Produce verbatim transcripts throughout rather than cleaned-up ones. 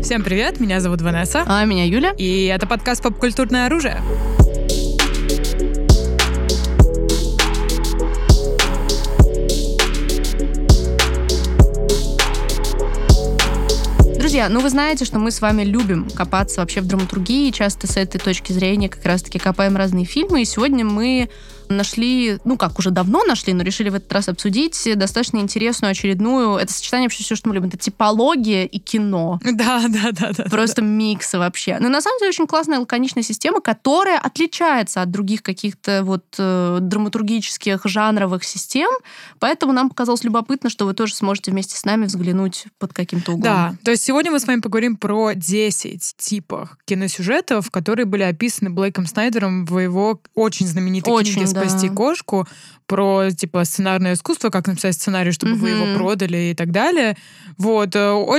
Всем привет, меня зовут Ванесса. А меня Юля. И это подкаст «Поп-культурное оружие». Друзья, ну вы знаете, что мы с вами любим копаться вообще в драматургии, часто с этой точки зрения как раз-таки копаем разные фильмы, и сегодня мы нашли, ну как, уже давно нашли, но решили в этот раз обсудить достаточно интересную очередную, это сочетание вообще все, что мы любим, это типология и кино. Да, да, да. да Просто да. миксы вообще. Но на самом деле очень классная лаконичная система, которая отличается от других каких-то вот э, драматургических жанровых систем, поэтому нам показалось любопытно, что вы тоже сможете вместе с нами взглянуть под каким-то углом. Да, то есть сегодня мы с вами поговорим про десять типов киносюжетов, которые были описаны Блейком Снайдером в его очень знаменитой очень, книге да. «Спасти кошку», про, типа, сценарное искусство, как написать сценарий, чтобы Мгм. вы его продали и так далее. Вот.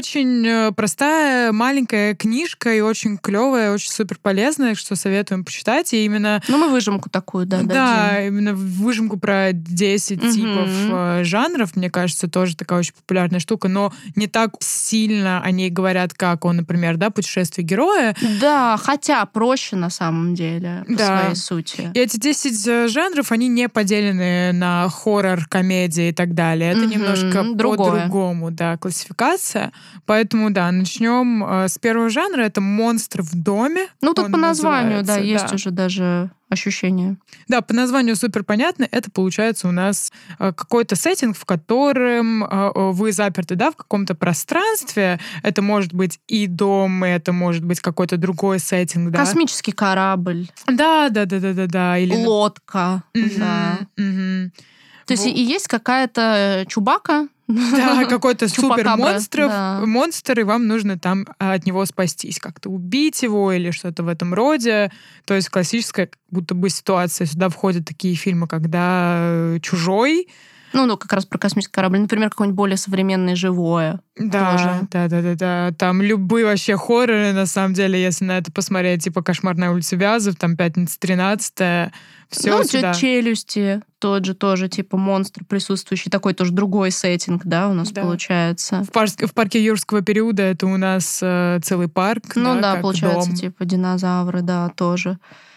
Очень простая, маленькая книжка и очень клевая, очень супер полезная, что советуем почитать. И именно... Ну, мы выжимку такую, да, Да, дадим. именно выжимку про десять Мгм. типов э, жанров, мне кажется, тоже такая очень популярная штука, но не так сильно о ней говорят, как он, например, да, «Путешествие героя». Да, хотя проще на самом деле по Да. своей сути. И эти десять жанров, они не поделены на хоррор, комедии и так далее. Это Мгм. немножко Другое. по-другому, да, классификация. Поэтому, да, начнем э, с первого жанра. Это «Монстр в доме». Ну, тут он по названию, да, называется, есть да. уже даже ощущение. Да, по названию супер понятно. Это получается у нас э, какой-то сеттинг, в котором э, вы заперты, да, в каком-то пространстве. Это может быть и дом, это может быть какой-то другой сеттинг, да. Космический корабль, Да, да, да, да, да, да. Или лодка, Мгм, да. мгм. То есть Во- и есть какая-то Чубака. Да, какой-то супер Чупакабра, монстр, да. монстр, и вам нужно там а, от него спастись, как-то убить его или что-то в этом роде. То есть классическая как будто бы ситуация. Сюда входят такие фильмы, когда э, «Чужой». Ну, ну, как раз про космический корабль. Например, какое-нибудь более современное живое. Да, Тоже. да, да, да, да. Там любые вообще хорроры, на самом деле, если на это посмотреть, типа «Кошмар на улице Вязов», там «Пятница тринадцатая», все Ну, сюда. «Челюсти», тот же тоже, типа, монстр присутствующий. Такой тоже другой сеттинг, да, у нас Да. получается. В, парк- в парке юрского периода это у нас э, целый парк, Ну да, да, как получается, дом. типа, динозавры, да, тоже.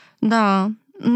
Да,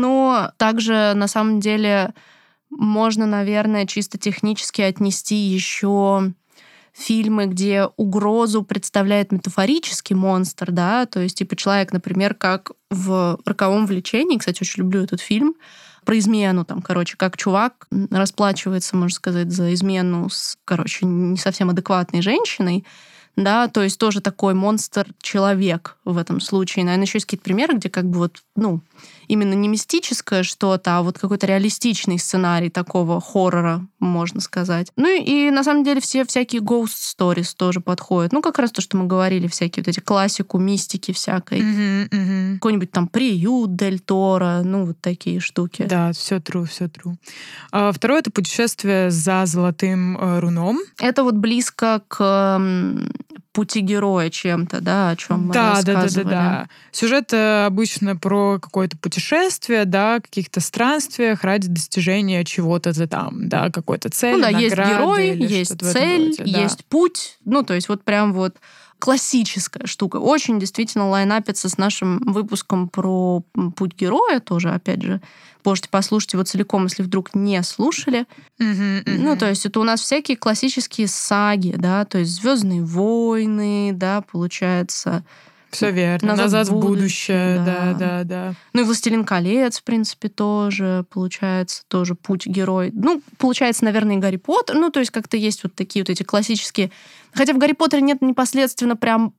но также, на самом деле, можно, наверное, чисто технически отнести еще фильмы, где угрозу представляет метафорический монстр, да, то есть типа человек, например, как в «Роковом влечении», кстати, очень люблю этот фильм, про измену, там, короче, как чувак расплачивается, можно сказать, за измену с, короче, не совсем адекватной женщиной, да, то есть тоже такой монстр-человек в этом случае. Наверное, еще есть какие-то примеры, где как бы вот, ну, именно не мистическое что-то, а вот какой-то реалистичный сценарий такого хоррора, можно сказать. Ну и, и на самом деле все всякие ghost stories тоже подходят. Ну, как раз то, что мы говорили, всякие вот эти классику, мистики всякой. Мгм, мгм. Какой-нибудь там «Приют» Дель Торо, ну, вот такие штуки. Да, все true, все true. А, второе — это «Путешествие за золотым э, руном». Это вот близко к м, пути героя чем-то, да, о чем мы Да, да, да, да, рассказывали. да. Сюжет э, обычно про какое-то путешествие, да, каких-то странствиях ради достижения чего-то там, да, какой-то цели, Ну да, есть награды герой, или есть что-то в этом цель, роде, да. есть путь. Ну, то есть вот прям вот классическая штука. Очень действительно лайнапится с нашим выпуском про м, путь героя тоже, опять же. Можете послушать его целиком, если вдруг не слушали. Мгм, Ну, мгм. то есть это у нас всякие классические саги, да, то есть «Звездные войны», да, получается. Все верно. «Назад в Назад в будущее», будущее, да, да. да, да. Ну и «Властелин колец», в принципе, тоже, получается, тоже путь герой. Ну, получается, наверное, и «Гарри Поттер». Ну, то есть как-то есть вот такие вот эти классические... Хотя в «Гарри Поттере» нет непосредственно прям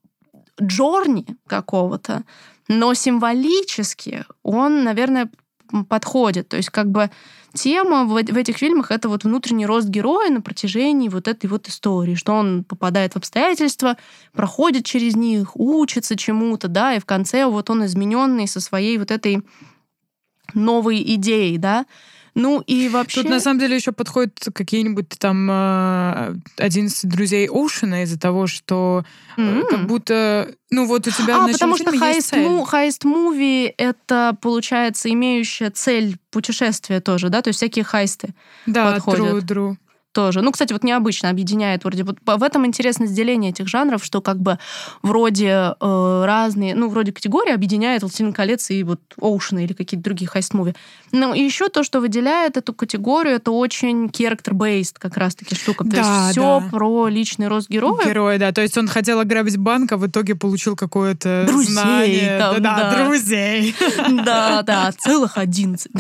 джорни какого-то, но символически он, наверное, подходит. То есть как бы тема в, в этих фильмах — это вот внутренний рост героя на протяжении вот этой вот истории, что он попадает в обстоятельства, проходит через них, учится чему-то, да, и в конце вот он измененный со своей вот этой новой идеей, да. Ну и вообще... Тут на самом деле еще подходят какие-нибудь там э, одиннадцать друзей Оушена из-за того, что э, М. как будто, ну вот у тебя в А, начале потому что фильма есть цель. хайст-муви — это, получается, имеющая цель путешествия тоже, да? То есть всякие хайсты Да, подходят. true, true. тоже. Ну, кстати, вот необычно объединяет вроде. Вот в этом интересность деления этих жанров, что как бы вроде э, разные, ну, вроде категории объединяет «Властелин колец» и вот «Оушен» или какие-то другие хайст-муви. Ну, и еще то, что выделяет эту категорию, это очень character-based как раз-таки штука. То Да, есть все да. про личный рост героя. Герой, да. То есть он хотел ограбить банк, а в итоге получил какое-то Друзей знание. там, да, да. друзей. Да, да, целых одиннадцать.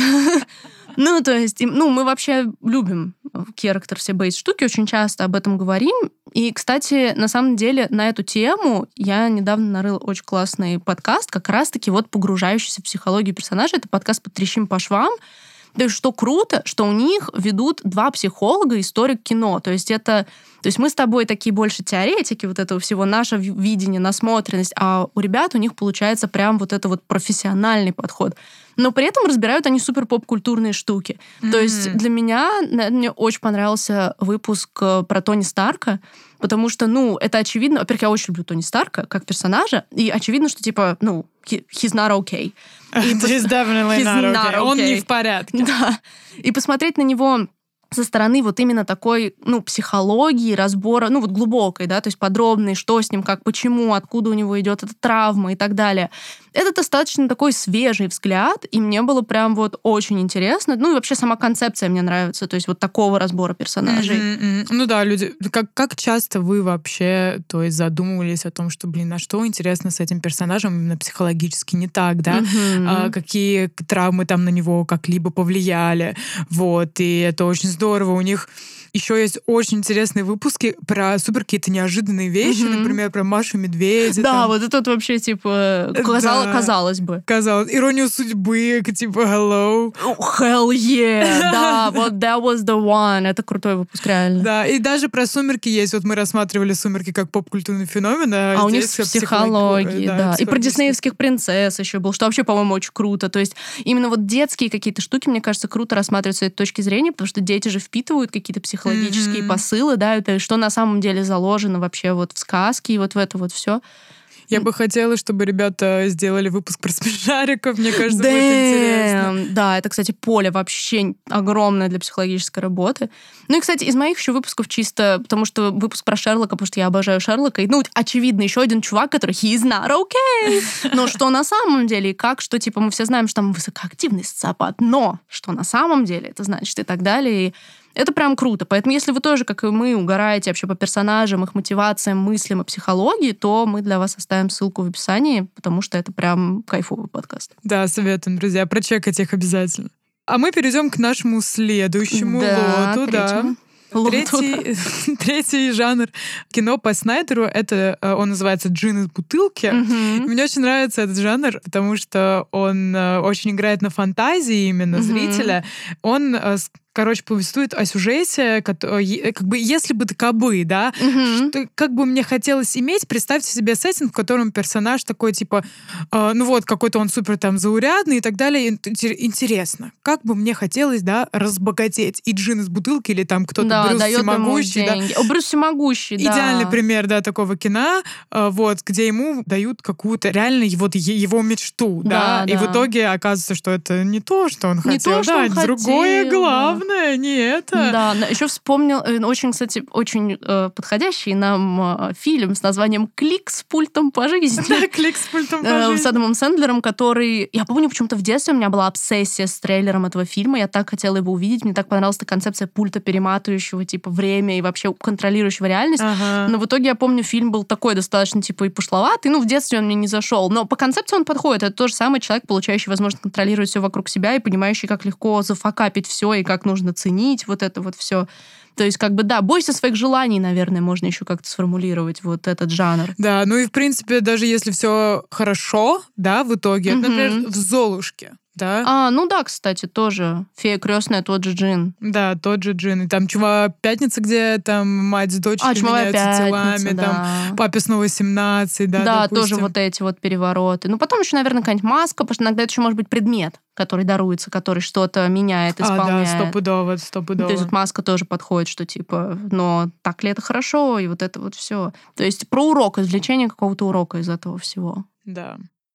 Ну, то есть, ну, мы вообще любим character все бейс штуки, очень часто об этом говорим. И, кстати, на самом деле на эту тему я недавно нарыла очень классный подкаст, как раз-таки вот погружающийся в психологию персонажа. Это подкаст «Потрещим по швам». То есть что круто, что у них ведут два психолога, историк кино. То есть это... То есть мы с тобой такие больше теоретики вот этого всего, наше видение, насмотренность, а у ребят у них получается прям вот это вот профессиональный подход. Но при этом разбирают они супер поп-культурные штуки. Mm-hmm. То есть для меня, мне очень понравился выпуск про Тони Старка, потому что, ну, это очевидно. Во-первых, я очень люблю Тони Старка как персонажа, и очевидно, что, типа, ну, he's not okay. He's definitely not okay. not okay. Он не в порядке. Да. И посмотреть на него со стороны вот именно такой, ну, психологии, разбора, ну, вот глубокой, да, то есть подробной, что с ним, как, почему, откуда у него идет эта травма и так далее. Это достаточно такой свежий взгляд, и мне было прям вот очень интересно. Ну, и вообще сама концепция мне нравится, то есть вот такого разбора персонажей. Mm-hmm, mm-hmm. Ну да, люди, как, как часто вы вообще, то есть задумывались о том, что, блин, а что интересно с этим персонажем именно психологически не так, да? Mm-hmm. А, какие травмы там на него как-либо повлияли, вот, и это очень здорово. У них еще есть очень интересные выпуски про супер какие-то неожиданные вещи, mm-hmm. например, про Машу Медведя. Да, там. вот это вот вообще, типа, казалось, да. казалось бы. Казалось. Иронию судьбы, типа, hello. Oh, hell yeah! Да, вот that was the one. Это крутой выпуск, реально. Да, и даже про «Сумерки» есть. Вот мы рассматривали «Сумерки» как поп-культурный феномен, а, а у них с психологией, да. да. И про диснеевских принцесс еще был, что вообще, по-моему, очень круто. То есть именно вот детские какие-то штуки, мне кажется, круто рассматривать с этой точки зрения, потому что дети же впитывают какие-то психологические mm-hmm. посылы, да, это что на самом деле заложено вообще вот в сказке и вот в это вот все. Я бы хотела, чтобы ребята сделали выпуск про смешариков, мне кажется, Damn. будет интересно. Да, это, кстати, поле вообще огромное для психологической работы. Ну и, кстати, из моих еще выпусков чисто, потому что выпуск про Шерлока, потому что я обожаю Шерлока, и, ну, очевидно, еще один чувак, который he's not okay. Но что на самом деле, и как, что, типа, мы все знаем, что там высокоактивный социопат, но что на самом деле это значит и так далее, и это прям круто. Поэтому если вы тоже, как и мы, угораете вообще по персонажам, их мотивациям, мыслям и психологии, то мы для вас оставим ссылку в описании, потому что это прям кайфовый подкаст. Да, советуем, друзья, прочекать их обязательно. А мы перейдем к нашему следующему да, лоту. Третьему. Да. Третий, третий жанр кино по Снайдеру, это он называется «Джин из бутылки». Mm-hmm. Мне очень нравится этот жанр, потому что он очень играет на фантазии именно mm-hmm. зрителя. Он, короче, повествует о сюжете, как бы если бы кабы, да, mm-hmm. что, как бы мне хотелось иметь, представьте себе сеттинг, в котором персонаж такой, типа, э, ну вот, какой-то он супер там заурядный и так далее. Интересно, как бы мне хотелось, да, разбогатеть. И джин из бутылки или там кто-то да, Брюс Всемогущий. Да. О, Брюс Всемогущий, да. Идеальный пример, да, такого кино, э, вот, где ему дают какую-то реально вот его мечту, да, да, и да. в итоге оказывается, что это не то, что он не хотел, то, что да, он другое хотел, главное. Не это. Да, еще вспомнил очень, кстати, очень э, подходящий нам э, фильм с названием «Клик с пультом по жизни». Да, «Клик с пультом по жизни». С Адамом Сэндлером, который... Я помню, почему-то в детстве у меня была обсессия с трейлером этого фильма. Я так хотела его увидеть. Мне так понравилась эта концепция пульта, перематывающего типа время и вообще контролирующего реальность. Ага. Но в итоге, я помню, фильм был такой достаточно типа и пошловатый. Ну, в детстве он мне не зашел. Но по концепции он подходит. Это тот же самый человек, получающий возможность контролировать все вокруг себя и понимающий, как легко зафакапить все и как нужно ценить вот это вот все. То есть, как бы, да, бойся своих желаний, наверное, можно еще как-то сформулировать вот этот жанр. Да, ну и, в принципе, даже если все хорошо, да, в итоге, mm-hmm. например, в «Золушке», да? А, ну да, кстати, тоже. «Фея крестная», тот же джин. Да, тот же джин. И там «Чумовая пятница», где там мать с дочерью а, меняются пятница, телами, да. там «Папе снова семнадцать», да, Да, допустим. тоже вот эти вот перевороты. Ну, потом еще, наверное, какая-нибудь маска, потому что иногда это еще может быть предмет, который даруется, который что-то меняет, исполняет. А, да, стопудово, стопудово. То есть вот маска тоже подходит, что типа, но так ли это хорошо, и вот это вот все. То есть про урок, извлечение какого-то урока из этого всего. Да.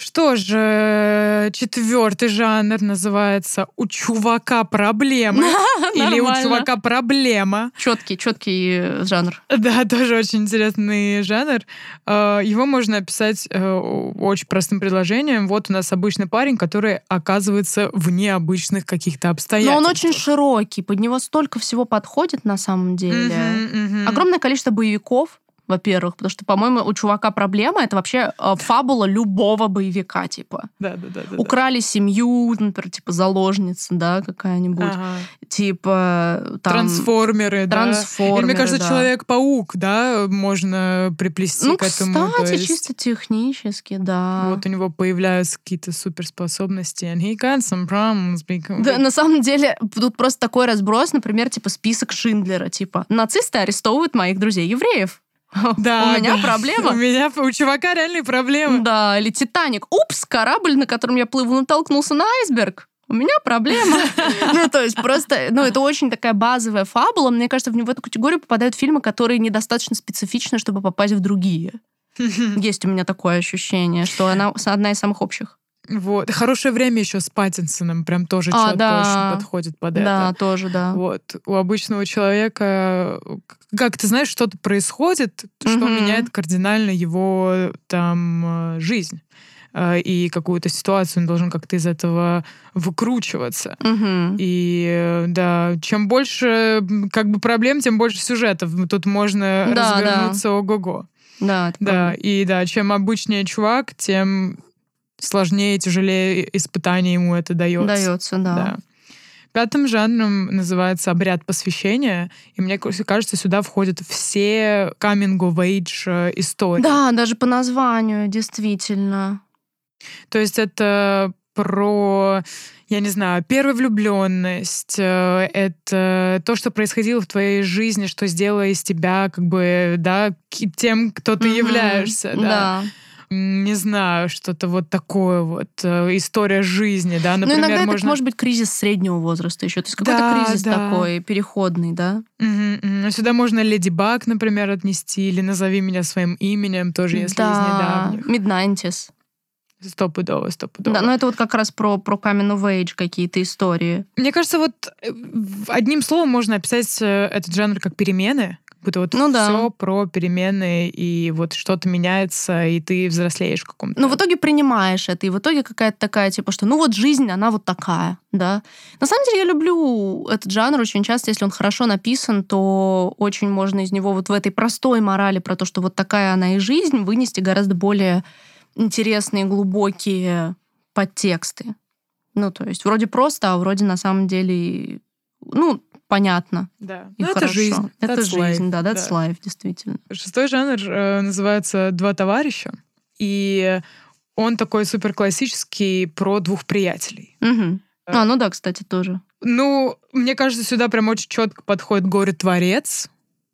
Что же, четвертый жанр называется «У чувака проблемы» или «У чувака проблема». Четкий, четкий жанр. Да, тоже очень интересный жанр. Его можно описать очень простым предложением. Вот у нас обычный парень, который оказывается в необычных каких-то обстоятельствах. Но он очень широкий, под него столько всего подходит на самом деле. Мгм, мгм. Огромное количество боевиков, во-первых, потому что, по-моему, у чувака проблема — это вообще э, фабула любого боевика, типа. Да, да, да, да, да. Украли семью, например, типа заложница, да, какая-нибудь. Ага. Типа там... Трансформеры, да. Трансформеры, Или, мне кажется, да. Человек-паук, да, можно приплести Ну, к этому. кстати, то есть чисто технически, да. вот у него появляются какие-то суперспособности. And he got some problems. Because... Да, на самом деле, тут просто такой разброс, например, типа список Шиндлера, типа нацисты арестовывают моих друзей-евреев. Да, У меня да. проблема. У меня, у чувака реальные проблемы. Да, или Титаник. Упс, корабль, на котором я плыву, натолкнулся на айсберг. У меня проблема. Ну, то есть просто, ну, это очень такая базовая фабула. Мне кажется, в него в эту категорию попадают фильмы, которые недостаточно специфичны, чтобы попасть в другие. Есть у меня такое ощущение, что она одна из самых общих. Вот. «Хорошее время» еще с Паттинсоном прям тоже А, четко да. очень подходит под Да, это. тоже, да. Вот. У обычного человека, как ты знаешь, что-то происходит, что Мгм. меняет кардинально его там э, жизнь. Э, И какую-то ситуацию он должен как-то из этого выкручиваться. Мгм. И э, да, чем больше м, как бы проблем, тем больше сюжетов. Тут можно Да, да. развернуться ого-го. Да, это Да, правда. и да, чем обычнее чувак, тем сложнее, тяжелее испытание ему это дается. Дается, да. Да. Пятым жанром называется «Обряд посвящения». И мне кажется, сюда входят все coming of age э, истории. Да, даже по названию, действительно. То есть это про, я не знаю, первую влюбленность, э, это то, что происходило в твоей жизни, что сделало из тебя, как бы, да, ки- тем, кто ты Мгм. являешься, да. Да. М, Не знаю, что-то вот такое вот, э, история жизни, да, Ну, например, иногда это можно... может быть кризис среднего возраста еще. То есть какой-то Да, кризис да. такой переходный, да? Мгм, мгм. А сюда можно Леди Баг, например, отнести, или «Назови меня своим именем», тоже если из Да, недавних. Mid-девяностые. Стопудово, стопудово. Да, но это вот как раз про, про coming of age какие-то истории. Мне кажется, вот э, в- одним словом можно описать э, этот жанр как перемены. Как будто вот Ну да. все про перемены, и вот что-то меняется, и ты взрослеешь в каком-то... Но в итоге принимаешь это, и в итоге какая-то такая, типа, что ну вот жизнь, она вот такая, да. На самом деле я люблю этот жанр очень часто, если он хорошо написан, то очень можно из него вот в этой простой морали про то, что вот такая она и жизнь, вынести гораздо более интересные, глубокие подтексты. Ну, то есть вроде просто, а вроде на самом деле, ну, понятно. Да. И Ну, это хорошо. жизнь. Это That's жизнь, life. да, that's Да. life, действительно. Шестой жанр э, называется «Два товарища», и он такой суперклассический про двух приятелей. Мгм. А, ну да, кстати, тоже. Ну, мне кажется, сюда прям очень четко подходит горе-творец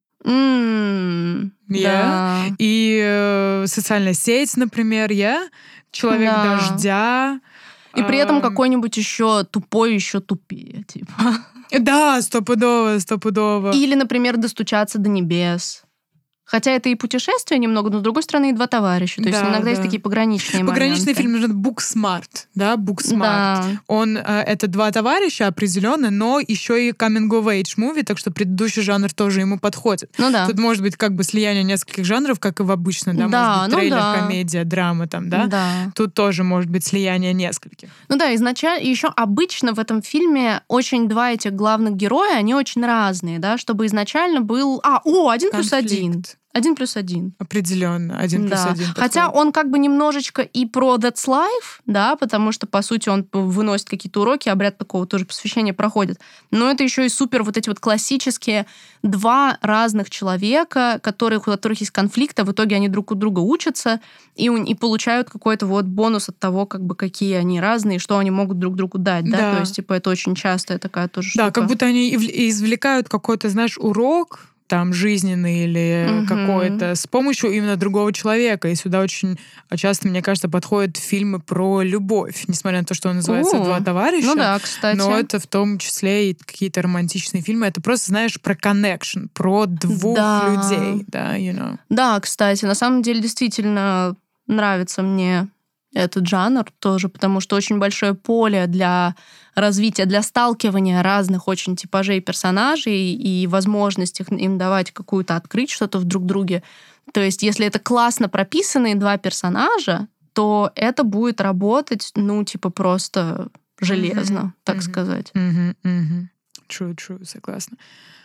М, Я. да. и э, социальная сеть, например, я, человек Да. дождя. И при этом ам, какой-нибудь еще тупой, еще тупее, типа. Да, стопудово, стопудово. Или, например, достучаться до небес. Хотя это и путешествие немного, но с другой стороны и два товарища. То есть Да, иногда есть да. такие пограничные Пограничный моменты. фильм нужен Booksmart, да, Booksmart. Да. Он э, это два товарища определенно, но еще и coming of age movie, так что предыдущий жанр тоже ему подходит. Ну да. Тут может быть как бы слияние нескольких жанров, как и в обычном, да, Да, может быть ну трейлер, да. комедия, драма там, да. Да. Тут тоже может быть слияние нескольких. Ну да, изначально, еще обычно в этом фильме очень два этих главных героя, они очень разные, да, чтобы изначально был... А, о, один плюс один. Конфликт. Один плюс один. Определенно, один плюс Да. один. Хотя подходит. он как бы немножечко и про That's Life, да, потому что, по сути, он п- выносит какие-то уроки, обряд такого тоже посвящения проходит. Но это еще и супер вот эти вот классические два разных человека, которых, у которых есть конфликт, а в итоге они друг у друга учатся и, у- и получают какой-то вот бонус от того, как бы какие они разные, что они могут друг другу дать, да, Да. то есть, типа, это очень частая такая тоже штука. Да, как будто они ив- извлекают какой-то, знаешь, урок, там, жизненный или Мгм. какой-то, с помощью именно другого человека. И сюда очень часто, мне кажется, подходят фильмы про любовь, несмотря на то, что он называется О, «Два товарища». Ну да, кстати. Но это в том числе и какие-то романтичные фильмы. Это просто, знаешь, про connection, про двух Да. людей, да, you know. Да, кстати, на самом деле действительно нравится мне этот жанр тоже, потому что очень большое поле для развития, для сталкивания разных очень типажей персонажей и возможности им давать какую-то, открыть что-то в друг друге. То есть если это классно прописанные два персонажа, то это будет работать, ну, типа, просто железно, mm-hmm. так mm-hmm. сказать. Mm-hmm. Mm-hmm. True, true, согласна.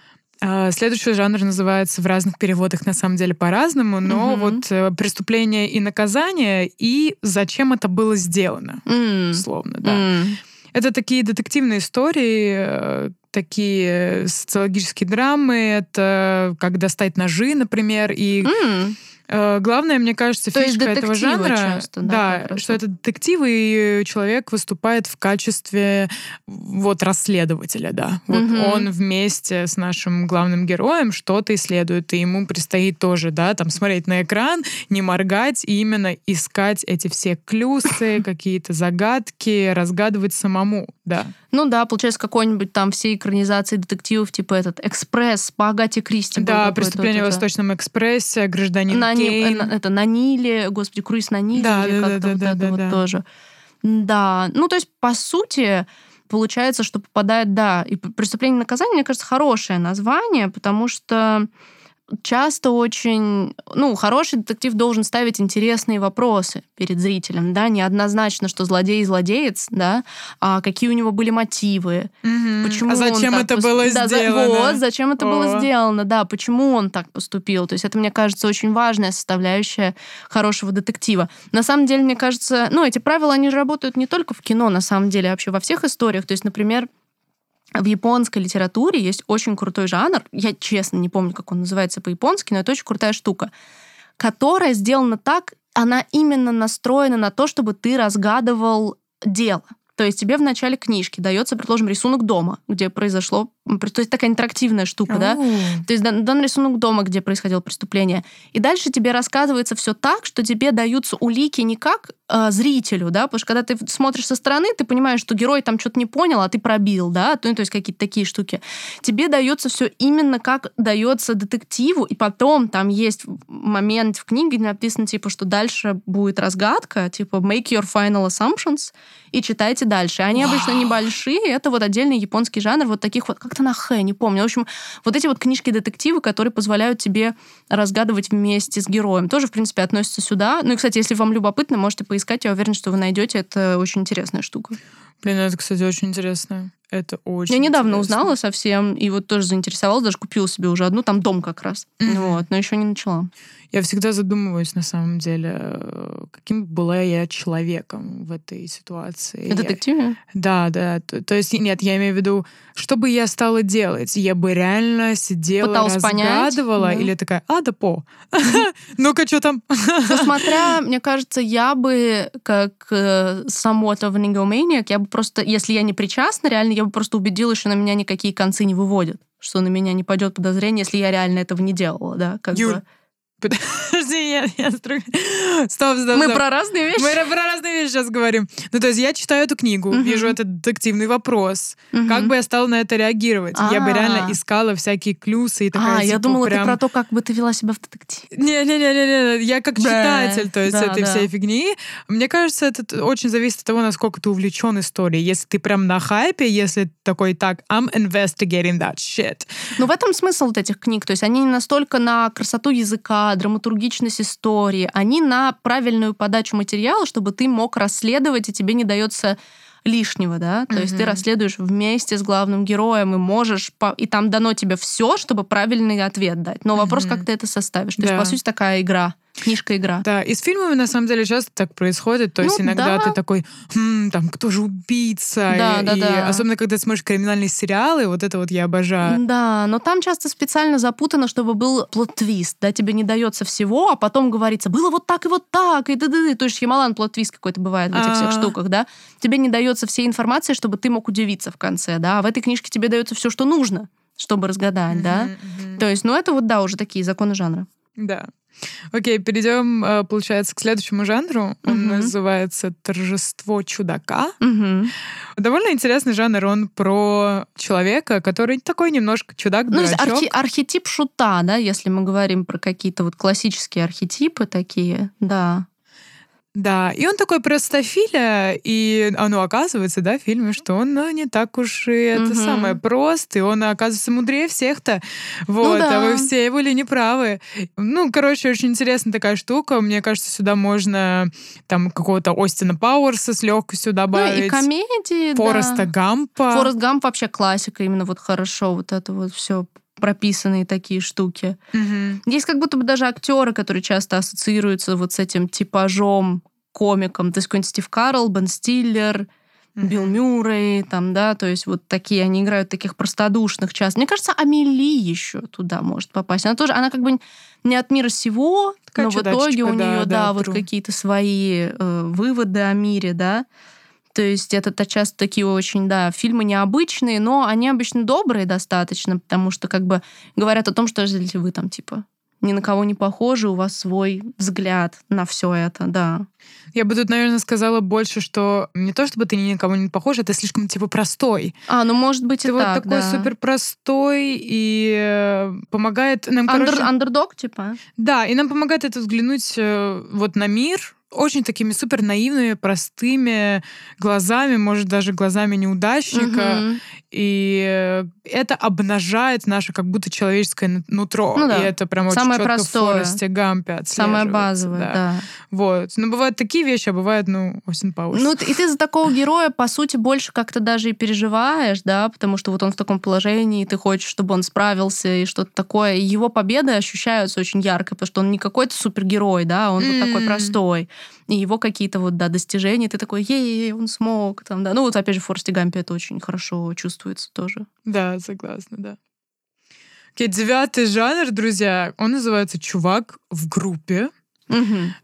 Следующий жанр называется в разных переводах на самом деле по-разному, но mm-hmm. вот «Преступление и наказание» и «Зачем это было сделано», mm-hmm. условно, да. Mm-hmm. Это такие детективные истории, такие социологические драмы, это как достать ножи, например, и... Mm-hmm. Главное, мне кажется, То фишка этого жанра, часто, да, да что это детективы, и человек выступает в качестве вот расследователя, да. Вот угу. он вместе с нашим главным героем что-то исследует, и ему предстоит тоже, да, там смотреть на экран, не моргать, и именно искать эти все клюсы, какие-то загадки, разгадывать самому, да. Ну да, получается, какой-нибудь там всей экранизации детективов, типа этот «Экспресс» по Агате Кристи. Да, «Преступление вот в Восточном экспрессе», «Гражданин на Кейн». Ни, это «На Ниле», господи, «Круиз на Ниле», да, или да, как-то да, вот да, это да, вот да. тоже. Да, ну то есть, по сути, получается, что попадает, да, и «Преступление и наказание», мне кажется, хорошее название, потому что часто очень... Ну, хороший детектив должен ставить интересные вопросы перед зрителем, да, неоднозначно, что злодей злодеец, да, а какие у него были мотивы, mm-hmm. почему а зачем он это так было пос... да, сделано? Вот, зачем это О. было сделано, да, почему он так поступил. То есть это, мне кажется, очень важная составляющая хорошего детектива. На самом деле, мне кажется, ну, эти правила, они же работают не только в кино, на самом деле, а вообще во всех историях. То есть, например, в японской литературе есть очень крутой жанр, я честно не помню, как он называется по-японски, но это очень крутая штука, которая сделана так, она именно настроена на то, чтобы ты разгадывал дело. То есть тебе в начале книжки дается, предположим, рисунок дома, где произошло... То есть такая интерактивная штука, да? То есть дан рисунок дома, где происходило преступление. И дальше тебе рассказывается все так, что тебе даются улики не как э, зрителю, да? Потому что когда ты смотришь со стороны, ты понимаешь, что герой там что-то не понял, а ты пробил, да? То, то есть какие-то такие штуки. Тебе дается все именно как дается детективу, и потом там есть момент в книге, где написано, типа, что дальше будет разгадка, типа, make your final assumptions, и читайте дальше. Они wow. обычно небольшие, это вот отдельный японский жанр, вот таких вот, как-то на хэ, не помню. В общем, вот эти вот книжки-детективы, которые позволяют тебе разгадывать вместе с героем, тоже, в принципе, относятся сюда. Ну и, кстати, если вам любопытно, можете поискать, я уверена, что вы найдете, это очень интересная штука. Блин, это, кстати, очень интересно. Это очень Я недавно интересно. узнала совсем, и вот тоже заинтересовалась, даже купила себе уже одну, там дом как раз. Mm-hmm. Вот, но еще не начала. Я всегда задумываюсь, на самом деле, каким была я человеком в этой ситуации. В детективе? Я... Да, да. То, то есть, нет, я имею в виду, что бы я стала делать? Я бы реально сидела, пыталась разгадывала, понять, да. или такая, а, да по. Ну-ка, что там? Смотря, мне кажется, я бы, как somewhat of an egomaniac, я бы просто, если я не причастна, реально, я бы просто убедилась, что на меня никакие концы не выводят, что на меня не пойдет подозрение, если я реально этого не делала, да, как Юль, бы... Подожди, я, я стру... Стоп, стоп, Мы стоп. про разные вещи? Мы про разные вещи сейчас говорим. Ну, то есть я читаю эту книгу, uh-huh. вижу этот детективный вопрос. Uh-huh. Как бы я стала на это реагировать? А-а-а. Я бы реально искала всякие клюсы и такая, А, типа, я думала, прям... ты про то, как бы ты вела себя в детективе. Не-не-не, я как читатель, то есть да, этой да. всей фигни. Мне кажется, это очень зависит от того, насколько ты увлечен историей. Если ты прям на хайпе, если ты такой, так, I'm investigating that shit. Ну, в этом смысл вот этих книг. То есть они не настолько на красоту языка, драматургичность истории, они на правильную подачу материала, чтобы ты мог расследовать, и тебе не дается лишнего, да, то mm-hmm. есть ты расследуешь вместе с главным героем и можешь, по... и там дано тебе все, чтобы правильный ответ дать. Но вопрос, mm-hmm. как ты это составишь. То да. есть, по сути, такая игра. Книжка-игра. Да, и с фильмами, на самом деле, часто так происходит. То есть ну, иногда да. ты такой, хм, там, кто же убийца? Да, и, да, и да. особенно, когда смотришь криминальные сериалы, вот это вот я обожаю. Да, но там часто специально запутано, чтобы был плот-твист, да, тебе не дается всего, а потом говорится, было вот так и вот так, и ды-ды-ды. То есть Шьямалан плот-твист какой-то бывает в этих всех штуках, да. Тебе не дается всей информации, чтобы ты мог удивиться в конце, да. А в этой книжке тебе дается все, что нужно, чтобы разгадать, mm-hmm, да. Mm-hmm. То есть, ну, это вот, да, уже такие законы жанра. Да. Окей, перейдем, получается, к следующему жанру. Он uh-huh. называется «Торжество чудака». Uh-huh. Довольно интересный жанр. Он про человека, который такой немножко чудак-дурачок. Ну, архи- архетип шута, да, если мы говорим про какие-то вот классические архетипы такие, да. Да, и он такой простофиля, и оно оказывается, да, в фильме, что он ну, не так уж и это Мгм. самое прост, и он оказывается мудрее всех-то. Вот, Ну а вы да. все были неправы. Ну, короче, очень интересная такая штука. Мне кажется, сюда можно там какого-то Остина Пауэрса с легкостью Ну и добавить. комедии, Фореста да. Гампа. Форест Гамп вообще классика, именно вот хорошо вот это вот все прописанные такие штуки. Мгм. Есть как будто бы даже актеры, которые часто ассоциируются вот с этим типажом комиком. То есть какой-нибудь Стив Карелл, Бен Стиллер, Билл Мгм. Мюррей, там, да, то есть вот такие, они играют таких простодушных часто. Мне кажется, Амели еще туда может попасть. Она тоже, она как бы не от мира сего, Такая но в итоге чудачечка, у да, нее, да, да, вот true. какие-то свои э, выводы о мире, да. То есть это то часто такие очень, да, фильмы необычные, но они обычно добрые достаточно, потому что как бы говорят о том, что если вы там типа ни на кого не похожи, у вас свой взгляд на все это, да. Я бы тут, наверное, сказала больше, что не то, чтобы ты ни на кого не похож, а ты слишком, типа, простой. А, ну может быть и Ты вот так, такой да. супер простой и э, помогает нам, Андер- короче... Андердог, типа? Да, и нам помогает это взглянуть э, вот на мир очень такими супер наивными, простыми глазами, может, даже глазами неудачника. Мгм. И э, это обнажает наше как будто человеческое н- нутро. Ну И да. это прям очень Самое четко в простое. Форесте Гампе Самое отслеживается. базовое, Да. да. Вот. Но бывают такие вещи, а бывает, ну, Остин Пауэрс. Ну, и ты за такого героя, по сути, больше как-то даже и переживаешь, да, потому что вот он в таком положении, и ты хочешь, чтобы он справился и что-то такое. И его победы ощущаются очень ярко, потому что он не какой-то супергерой, да, он вот такой М. простой. И его какие-то вот, да, достижения, ты такой, ей, он смог, там, да. Ну, вот опять же, в Форесте Гампе это очень хорошо чувствуется тоже. Да, согласна, да. Окей, девятый жанр, друзья, он называется «Чувак в группе». Мгм.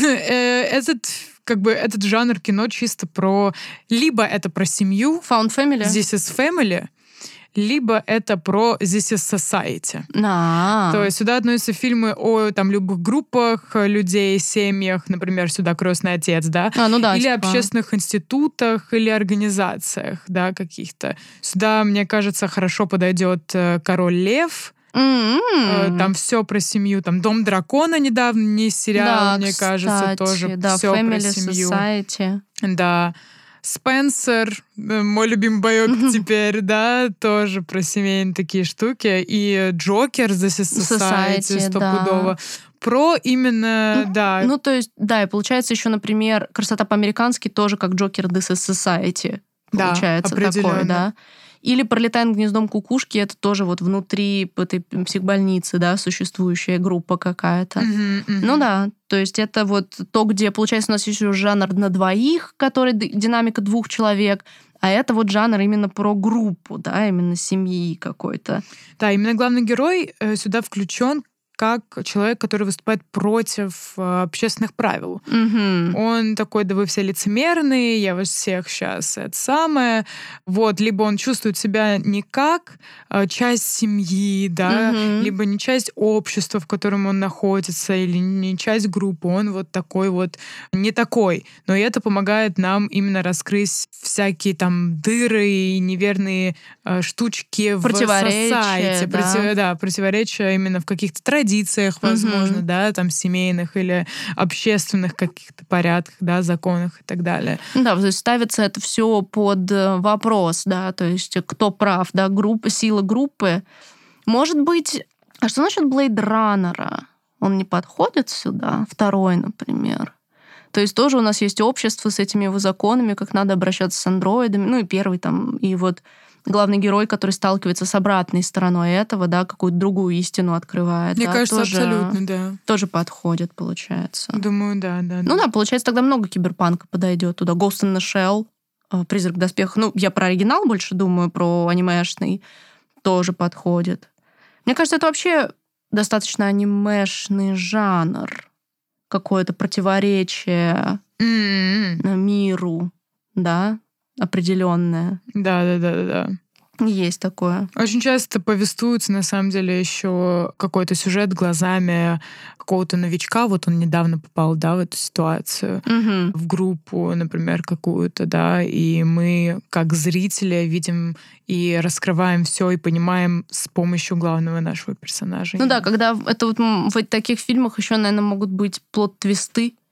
Э, Этот, как бы, этот жанр кино чисто про... Либо это про семью, Found Family? This is Family, либо это про This is Society. А. То есть сюда относятся фильмы о там любых группах людей, семьях, например, сюда «Крестный отец», да, А, ну да, или типа. общественных институтах, или организациях, да, каких-то. Сюда, мне кажется, хорошо подойдет э, «Король лев». Э, М-м. Там все про семью. Там «Дом дракона» недавно, не сериал, Да, мне кажется, тоже кстати, да, все про Family семью. Society. Да. Спенсер, э, мой любимый боек Мгм. теперь, да, тоже про семейные такие штуки. И Джокер, This is Society, Society, стопудово. да. Про именно, да. Ну, то есть, да, и получается еще, например, «Красота по-американски» тоже как Джокер This is Society. Да, Получается такое, определенно. да. Или «Пролетая над гнездом кукушки» — это тоже вот внутри этой психбольницы, да, существующая группа какая-то. Мгм, мгм. Ну да, то есть это вот то, где, получается, у нас есть еще жанр на двоих, который д- динамика двух человек, а это вот жанр именно про группу, да, именно семьи какой-то. Да, именно главный герой э, сюда включен как человек, который выступает против э, общественных правил. Мгм. Он такой, да вы все лицемерные, я вас всех сейчас это самое. Вот, либо он чувствует себя не как э, часть семьи, да, Мгм. либо не часть общества, в котором он находится, или не часть группы. Он вот такой вот, не такой. Но и это помогает нам именно раскрыть всякие там дыры и неверные э, штучки в Противоречия, society. да. Против- да, противоречия именно в каких-то традициях, возможно, Мгм. да, там семейных или общественных каких-то порядках, да, законах и так далее. Ну да, то есть ставится это все под э, вопрос, да, то есть э, кто прав, да, группа, сила группы. Может быть, а что насчет Блейд Раннера? Он не подходит сюда? Второй, например. То есть тоже у нас есть общество с этими его законами, как надо обращаться с андроидами. Ну и первый там, и вот главный герой, который сталкивается с обратной стороной этого, да, какую-то другую истину открывает. Мне да, кажется, тоже, абсолютно, да. тоже подходит, получается. Думаю, да, да. Ну да, получается, тогда много киберпанка подойдет туда. Ghost in the Shell, э, Призрак в доспехах. Ну, я про оригинал больше думаю, про анимешный тоже подходит. Мне кажется, это вообще достаточно анимешный жанр. Какое-то противоречие М-м-м. миру, да, определенное. Да, да, да, да, да. Есть такое. Очень часто повествуется, на самом деле, еще какой-то сюжет глазами какого-то новичка. Вот он недавно попал, да, в эту ситуацию, Мгм. в группу, например, какую-то, да, и мы, как зрители, видим и раскрываем все и понимаем с помощью главного нашего персонажа. Ну да, когда это вот м, в таких фильмах еще, наверное, могут быть плот-твисты.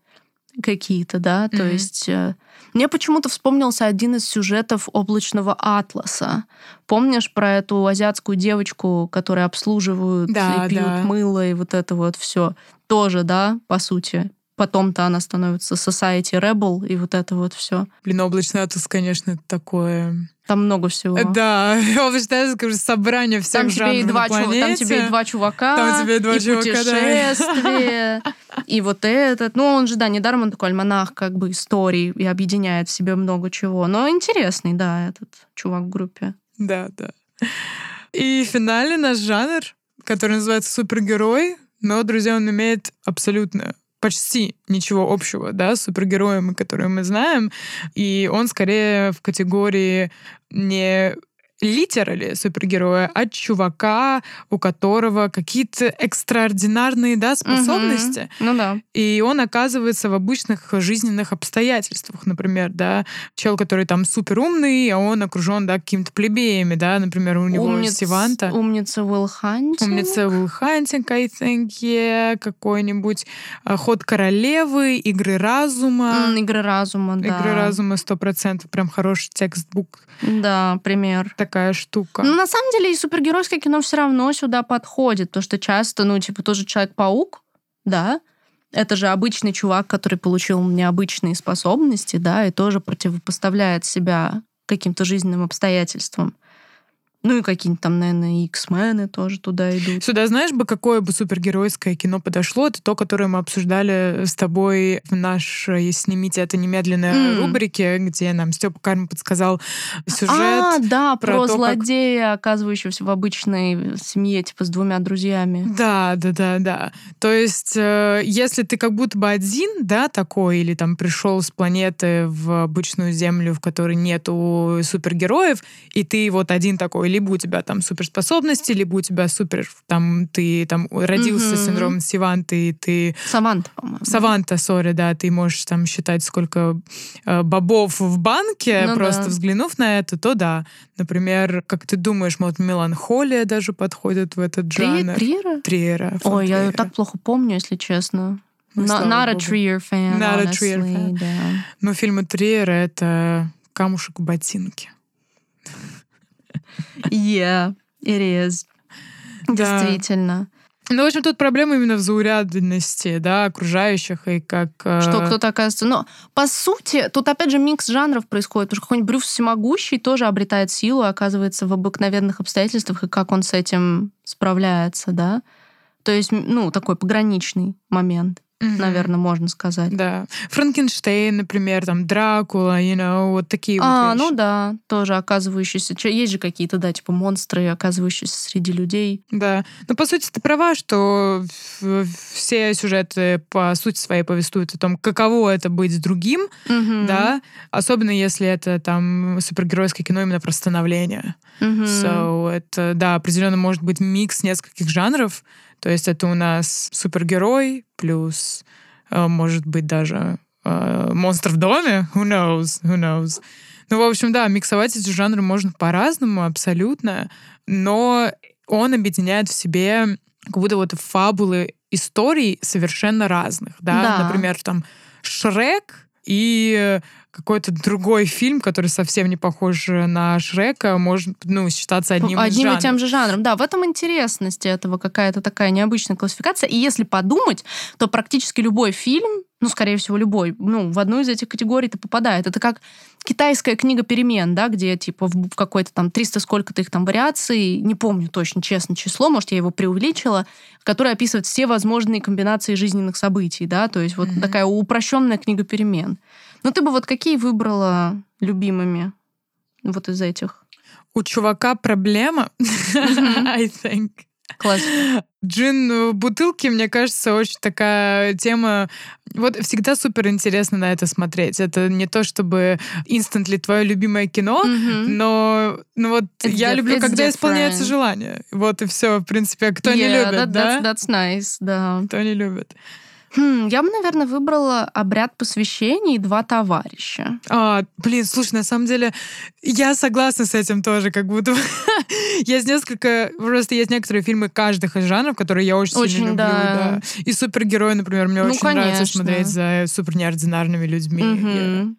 какие-то, да, то Мгм. есть... э, Мне почему-то вспомнился один из сюжетов «Облачного атласа». Помнишь про эту азиатскую девочку, которую обслуживают и Да, пьют да. мыло, и вот это вот все тоже, да, по сути. Потом-то она становится society rebel, и вот это вот все. Блин, облачный атлас, конечно, это такое... Там много всего. Да, облачный атлас, скажу, собрание всех Там тебе, и жанров на два, чу- там тебе и планете. два чувака, Там тебе и два чувака, да. путешествия, и вот этот. Ну, он же, да, недаром он такой альманах как бы историй и объединяет в себе много чего. Но интересный, да, этот чувак в группе. Да, да. И финальный наш жанр, который называется супергерой, но, друзья, он имеет абсолютно почти ничего общего, да, с супергероями, которые мы знаем, и он скорее в категории не литерали супергероя, а чувака, у которого какие-то экстраординарные, да, способности, Мгм. Ну да. и он оказывается в обычных жизненных обстоятельствах, например, да, чел, который там супер умный, а он окружен, да, какими-то плебеями, да, например, у него Умниц- Сиванта. Умница Уилл Хантинг. Умница Уилл Хантинг, I think, yeah, какой-нибудь а, Ход королевы, Игры разума. М, Игры разума, да. Игры разума сто процентов, прям хороший текстбук, Да, пример. такая штука. Ну, на самом деле, и супергеройское кино все равно сюда подходит, потому что часто, ну, типа, тоже Человек-паук, да, это же обычный чувак, который получил необычные способности, да, и тоже противопоставляет себя каким-то жизненным обстоятельствам. Ну и какие-нибудь там, наверное, X-мены тоже туда идут. Сюда знаешь бы, какое бы супергеройское кино подошло? Это то, которое мы обсуждали с тобой в нашей «Снимите это немедленно» М. рубрике, где нам Степа Карм подсказал сюжет. А, да, про про, то, как- злодея, оказывающегося в обычной семье, типа, с двумя друзьями. Да, да, да, да. То есть, э, если ты как будто бы один, да, такой, или там пришел с планеты в обычную Землю, в которой нету супергероев, и ты вот один такой, либо у тебя там суперспособности, либо у тебя супер, там, ты там родился с Мгм. синдромом Сиванты, и ты... Саманта, по-моему. Саванта, сори, да, ты можешь там считать, сколько э, бобов в банке, Ну просто да. взглянув на это, то да. Например, как ты думаешь, вот меланхолия даже подходит в этот Три, жанр? Триера? Триера. фон Ой, я её Триера. так плохо помню, если честно. Ну, Not, слава not a богу. Trier fan, Not a honestly, Trier fan. да. Ну, фильмы Триера — это камушек в ботинке. Yeah, it is. Да. Действительно. Ну, в общем, тут проблема именно в заурядности, да, окружающих, и как... э, Что кто-то оказывается... Но, по сути, тут опять же микс жанров происходит, потому что какой-нибудь Брюс Всемогущий тоже обретает силу и оказывается в обыкновенных обстоятельствах, и как он с этим справляется, да? То есть, м, ну, такой пограничный момент, мгм. наверное, можно сказать. Да. Франкенштейн, например, там, Дракула, you know, вот такие А, вот вещи. ну да, тоже оказывающиеся... чё- Есть же какие-то, да, типа монстры, оказывающиеся среди людей. Да. Ну, по сути, ты права, что в- все сюжеты, по сути своей, повествуют о том, каково это быть с другим, Мгм. да, особенно если это там супергеройское кино именно про становление. Мгм. So, это, да, определенно может быть микс нескольких жанров. То есть это у нас супергерой плюс, э, может быть, даже э, монстр в доме. Who knows? Who knows? Ну, в общем, да, миксовать эти жанры можно по-разному, абсолютно. Но он объединяет в себе как будто вот фабулы историй совершенно разных. Да? Да. Например, там Шрек и какой-то другой фильм, который совсем не похож на Шрека, может, ну, считаться одним, из Одним и жанров. тем же жанром. Да, в этом интересность этого, какая-то такая необычная классификация. И если подумать, то практически любой фильм, ну, скорее всего, любой, ну, в одну из этих категорий-то попадает. Это как китайская книга перемен, да, где, типа, в в какой-то там триста сколько-то их там вариаций, не помню точно, честно, число, может, я его преувеличила, которая описывает все возможные комбинации жизненных событий, да, то есть вот Мгм. такая упрощенная книга перемен. Ну, ты бы вот какие выбрала любимыми вот из этих? У чувака проблема, Мгм. I think. Класс. Джин в бутылке, мне кажется, очень такая тема. Вот всегда супер интересно на это смотреть. Это не то чтобы instantly твое любимое кино, Мгм. но ну вот It's я diff- люблю, it's когда исполняется different. желание. Вот и все, в принципе. Кто не Yeah, любит, that- да? That's, that's nice, да. Кто не любит. Хм, я бы, наверное, выбрала «Обряд посвящения» и «Два товарища». А, блин, слушай, на самом деле, я согласна с этим тоже, как будто есть несколько, просто есть некоторые фильмы каждых из жанров, которые я очень, Очень, сильно люблю, да. да. И «Супергерои», например, мне Ну, очень нравится конечно. смотреть за супер неординарными людьми. Я- Мгм.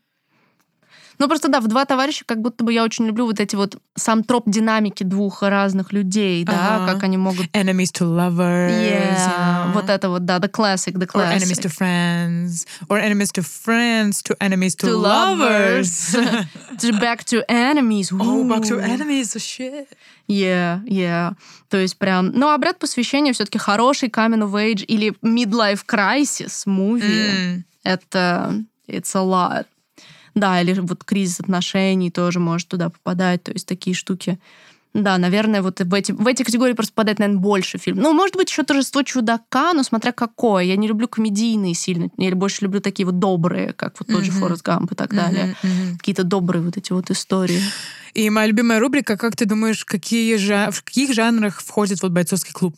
Ну, просто, да, в «Два товарища» как будто бы я очень люблю вот эти вот сам троп динамики двух разных людей, да, Ага. как они могут... Enemies to lovers. Yeah, you know. вот это вот, да, the classic, the Or enemies classic. to friends. Or enemies to friends to enemies to, To lovers. lovers. To back to enemies. Oh, back to Ooh. enemies, oh shit. Yeah, yeah. То есть прям... Ну, «Обряд посвящения» все-таки хороший coming of age или midlife crisis movie. М. Это... It's a lot. Да, или вот кризис отношений тоже может туда попадать. То есть такие штуки. Да, наверное, вот в эти, в эти категории просто попадает, наверное, больше фильм. Ну, может быть, еще «Торжество чудака», но смотря какое. Я не люблю комедийные сильно. Я больше люблю такие вот добрые, как вот тот же Мгм. «Форрест Гамп» и так далее. Мгм, мгм. Какие-то добрые вот эти вот истории. И моя любимая рубрика, как ты думаешь, какие жа- в каких жанрах входит вот «Бойцовский клуб»?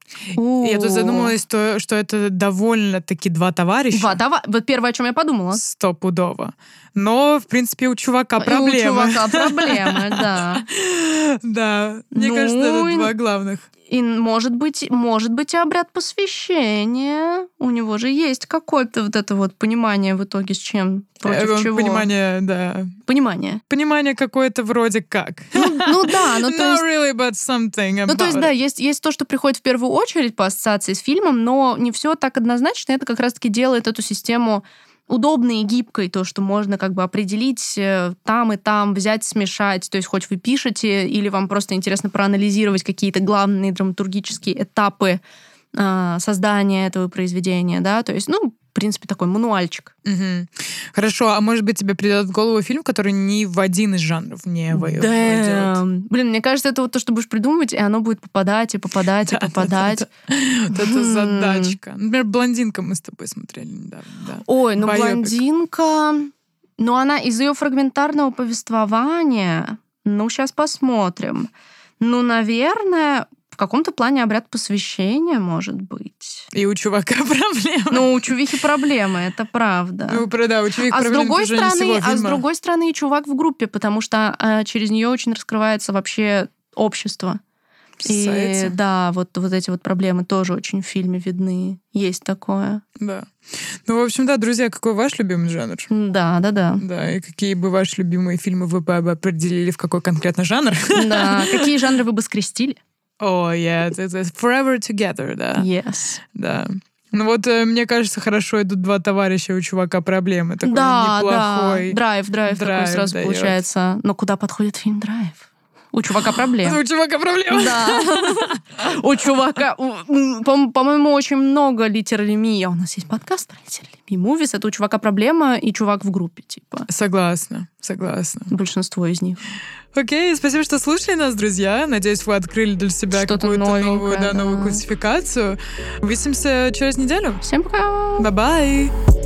И я тут задумалась, что, что это довольно-таки два товарища. Два, давай. Вот первое, о чем я подумала. Стопудово. Но, в принципе, у чувака И у проблемы. чувака проблемы, да. Да, мне Ну, кажется, это и- два главных. И может быть, может быть, и «Обряд посвящения». У него же есть какое-то вот это вот понимание в итоге, с чем, против Э, чего. Понимание, да. Понимание. Понимание какое-то вроде как. Ну, ну да, ну то Not есть... really, but something Ну, то есть, about да, it. есть, есть то, что приходит в первую очередь по ассоциации с фильмом, но не все так однозначно. Это как раз-таки делает эту систему удобной и гибкой, то, что можно как бы определить э, там и там, взять, смешать. То есть хоть вы пишете, или вам просто интересно проанализировать какие-то главные драматургические этапы э, создания этого произведения, да, то есть, ну, в принципе, такой мануальчик. Мгм. Хорошо, а может быть, тебе придет в голову фильм, который ни в один из жанров не во- войдет? Damn. Блин, мне кажется, это вот то, что будешь придумывать, и оно будет попадать, и попадать, и Да, да, попадать. да, да. Вот это М. задачка. Например, «Блондинка» мы с тобой смотрели недавно. Да. Ой, ну Байопик. «Блондинка», ну она из ее фрагментарного повествования, ну сейчас посмотрим. Ну, наверное, в каком-то плане «Обряд посвящения» может быть. И у чувака проблемы. Ну, у чувихи проблемы, это правда. Ну, про- да, у чувака А с проблемы другой в протяжении стороны, всего а с фильма. другой стороны, и чувак в группе, потому что а, через нее очень раскрывается вообще общество. И Society. да, вот, вот эти вот проблемы тоже очень в фильме видны. Есть такое. Да. Ну, в общем, да, друзья, какой ваш любимый жанр? Да, да, да. Да, и какие бы ваши любимые фильмы вы бы определили в какой конкретно жанр? Да. Какие жанры вы бы скрестили? О, yeah, это Forever Together, да. Yes. Да. Ну вот, э, мне кажется, хорошо идут два товарища, у чувака проблемы. Такой Да, неплохой. да. Драйв, драйв, такой драйв сразу даёт. получается. Но куда подходит фильм «Драйв»? У чувака проблемы. У чувака проблемы. Да. У чувака, у- м, по- по-моему, очень много литералеми. А у нас есть подкаст про литералеми. Мувис — это у чувака проблема, и чувак в группе, типа. Согласна, согласна. Большинство из них. Окей, спасибо, что слушали нас, друзья. Надеюсь, вы открыли для себя Что-то какую-то новую, новенькое, да, новую да. классификацию. Увидимся через неделю. Всем пока! Бай-бай!